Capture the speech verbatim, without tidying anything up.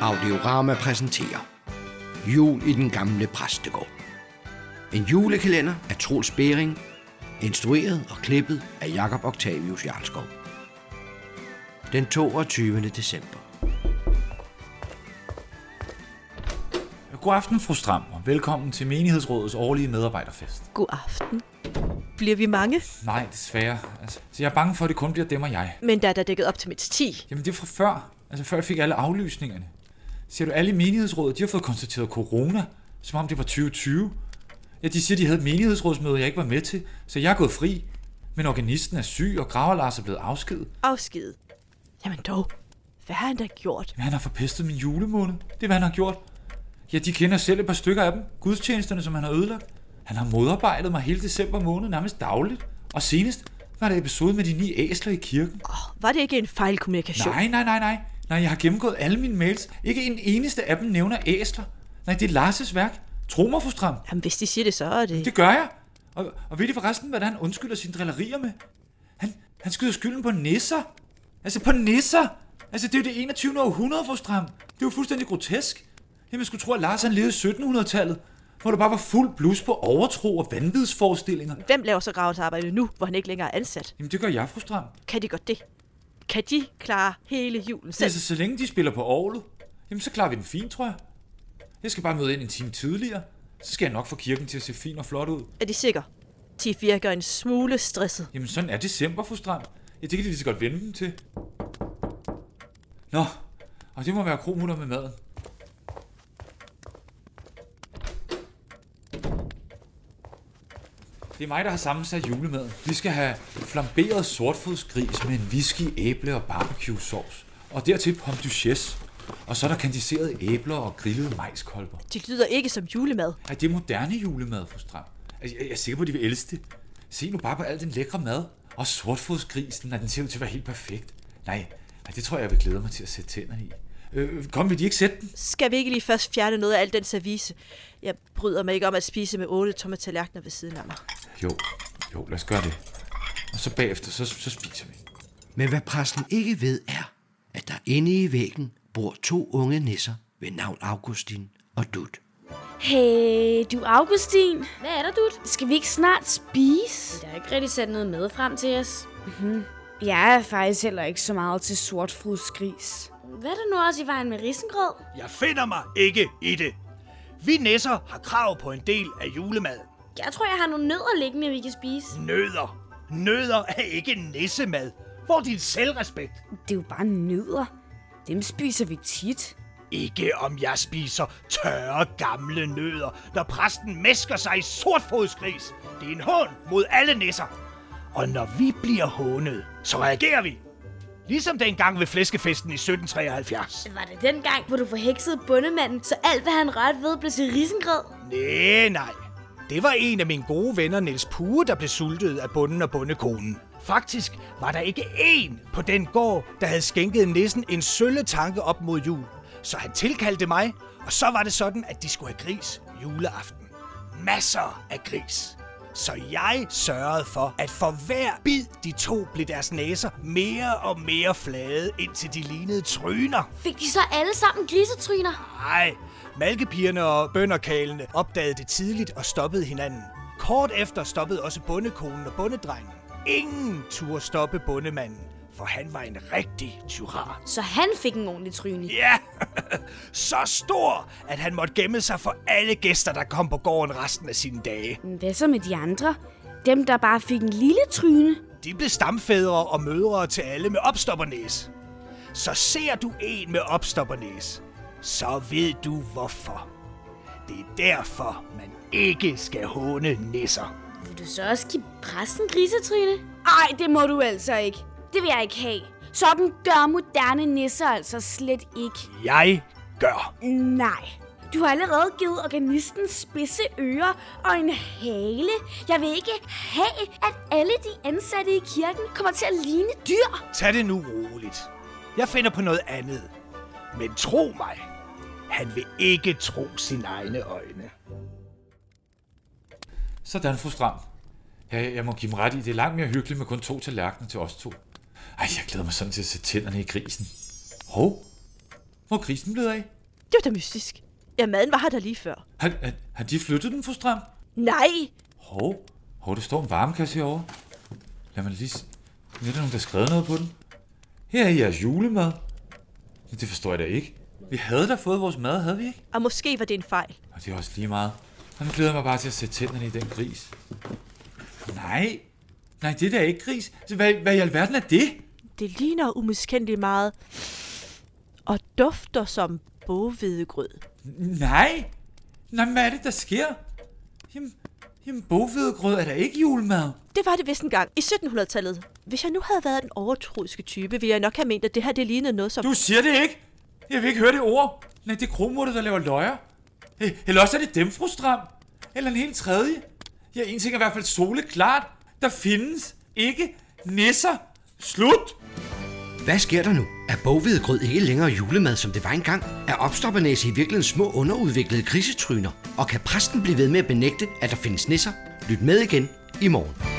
Audiorama præsenterer Jul i den gamle præstegård. En julekalender af Troels Bering, instrueret og klippet af Jakob Octavius Jarlskov. Den toogtyvende december. God aften, fru Stram, og velkommen til Menighedsrådets årlige medarbejderfest. God aften. Bliver vi mange? Nej, desværre. Altså, så jeg er bange for, at det kun bliver dem og jeg. Men der er der dækket op til mindst ti. Jamen det er fra før. Altså før jeg fik alle aflysningerne. Ser du, alle i Menighedsrådet, de har fået konstateret corona, som om det var tyve tyve. Ja, de siger, de havde et menighedsrådsmøde, jeg ikke var med til, så jeg er gået fri. Men organisten er syg, og Graver Lars er blevet afskedet. Afskedet? Jamen dog, hvad har han da gjort? Men han har forpestet min julemåned. Det er, hvad han har gjort. Ja, de kender selv et par stykker af dem. Gudstjenesterne, som han har ødelagt. Han har modarbejdet mig hele december måned, nærmest dagligt. Og senest var der episode med de ni æsler i kirken. Oh, var det ikke en fejlkommunikation? Nej, nej, nej, nej. Nej, jeg har gennemgået alle mine mails. Ikke en eneste af dem nævner æsler. Nej, det er Lars' værk. Tro mig, fru Stram. Jamen, hvis de siger det, så er det... Det gør jeg. Og, og ved I forresten, hvad han undskylder sine drillerier med? Han, han skyder skylden på nisser. Altså på nisser. Altså det er jo det enogtyvende århundrede, fru Stram. Det er jo fuldstændig grotesk. Jamen, skulle tro, at Lars han levede i syttenhundredetallet, hvor der bare var fuld blus på overtro og vanvidsforestillinger. Hvem laver så Gravers arbejde nu, hvor han ikke længere er ansat? Jamen, det gør jeg, fru Stram. Kan de godt det? Kan de klare hele julen selv? Altså, så længe de spiller på orglet, jamen så klarer vi den fint, tror jeg. Jeg skal bare møde ind en time tidligere, så skal jeg nok få kirken til at se fin og flot ud. Er de sikre? De virker en smule stresset. Jamen, sådan er december, fru Stram. Ja, det kan de lige så godt vende dem til. Nå, og det må være kromutter med maden. Det er mig, der har sammensat julemaden. Vi skal have flamberet sortfodsgris med en whisky, æble og barbecue sauce. Og dertil pommes duchesse. Og så er der kandiserede æbler og grillede majskolber. Det lyder ikke som julemad. Ej, det er moderne julemad, fru Stram. Altså, jeg er sikker på, at de vil elske det. Se nu bare på al den lækre mad. Og sortfodsgrisen, den ser ud til at være helt perfekt. Nej, det tror jeg, jeg vil glæde mig til at sætte tænderne i. Øh, kom, vil de ikke sætte den? Skal vi ikke lige først fjerne noget af al den service? Jeg bryder mig ikke om at spise med otte tomme tallerkener ved siden af mig. Jo, jo, lad os gøre det. Og så bagefter, så, så spiser vi. Men hvad præsten ikke ved er, at der inde i væggen bor to unge nisser ved navn Augustin og Dut. Hey, du Augustin. Hvad er der, Dut? Skal vi ikke snart spise? Der er ikke rigtig sat noget med frem til os. Mm-hmm. Jeg er faktisk heller ikke så meget til sortfodsgris. Hvad er der nu også i vejen med risengrød? Jeg finder mig ikke i det. Vi nisser har krav på en del af julemaden. Jeg tror, jeg har nogle nødder liggende, vi kan spise. Nødder? Nødder er ikke nissemad. Hvor er din selvrespekt? Det er jo bare nødder. Dem spiser vi tit. Ikke om jeg spiser tørre gamle nødder, når præsten mæsker sig i sortfodsgris. Det er en hån mod alle nisser. Og når vi bliver hånet, så reagerer vi. Ligesom dengang ved flæskefesten i sytten treoghalvfjerds. Var det den gang, hvor du forheksede bondemanden, så alt, hvad han rørte ved, blev til risengrød? Næh, nej. Det var en af mine gode venner, Niels Pue, der blev sultet af bonden og bondekonen. Faktisk var der ikke én på den gård, der havde skænket nissen en sølle tanke op mod jul. Så han tilkaldte mig, og så var det sådan, at de skulle have gris juleaften. Masser af gris. Så jeg sørgede for, at for hver bid de to blev deres næser mere og mere flade, indtil de lignede tryner. Fik de så alle sammen grisetryner? Nej, malkepigerne og bønderkalene opdagede det tidligt og stoppede hinanden. Kort efter stoppede også bondekonen og bondedrengen. Ingen turde stoppe bondemanden, for han var en rigtig tyran. Så han fik en ordentlig tryne? Ja, så stor, at han måtte gemme sig for alle gæster, der kom på gården resten af sine dage. Hvad så med de andre? Dem, der bare fik en lille tryne? De blev stamfædre og mødre til alle med opstoppernæs. Så ser du en med opstoppernæs, så ved du hvorfor. Det er derfor, man ikke skal håne nisser. Vil du så også give præsten grisetryne? Ej, det må du altså ikke. Det vil jeg ikke have. Sådan gør moderne nisser altså slet ikke. Jeg gør. Nej. Du har allerede givet organisten spidse ører og en hale. Jeg vil ikke have, at alle de ansatte i kirken kommer til at ligne dyr. Tag det nu roligt. Jeg finder på noget andet. Men tro mig, han vil ikke tro sine egne øjne. Sådan, fru Stram. Ja, jeg må give dem ret i, det er langt mere hyggeligt med kun to tallerkener til os to. Ej, jeg glæder mig sådan til at sætte tænderne i grisen. Hov, Hvor er grisen blevet af? Det var da mystisk. Ja, maden var her da lige før. Har, har, har de flyttet den, fru Stram? Nej! Hov, hov, der står en varmekasse herovre. Lad mig lige se. Er der nogen, der har skrevet noget på den? Her er jeres julemad. Ja, det forstår jeg da ikke. Vi havde da fået vores mad, havde vi ikke? Og måske var det en fejl. Og det er også lige meget. Og nu glæder jeg mig bare til at sætte tænderne i den gris. Nej, nej, det er da ikke gris. Altså, hvad, hvad i alverden er det? Det ligner umiskendeligt meget. Og dufter som boghvedegrød. Nej, nej, hvad er det, der sker? Jamen, jamen boghvedegrød er da ikke julemad. Det var det vist engang i syttenhundredetallet. Hvis jeg nu havde været den overtroiske type, ville jeg nok have ment, at det her det lignede noget som... Du siger det ikke. Jeg vil ikke høre det ord. Nej, det er kromordet, der laver løjer. Eller også er det dem, fru Stram. Eller en helt tredje. Ja, en ting er i hvert fald soleklart. Der findes ikke nisser. Slut! Hvad sker der nu? Er boghvedegrød ikke længere julemad, som det var engang? Er opstoppernæse i virkeligheden små underudviklede krisetryner? Og kan præsten blive ved med at benægte, at der findes nisser? Lyt med igen i morgen.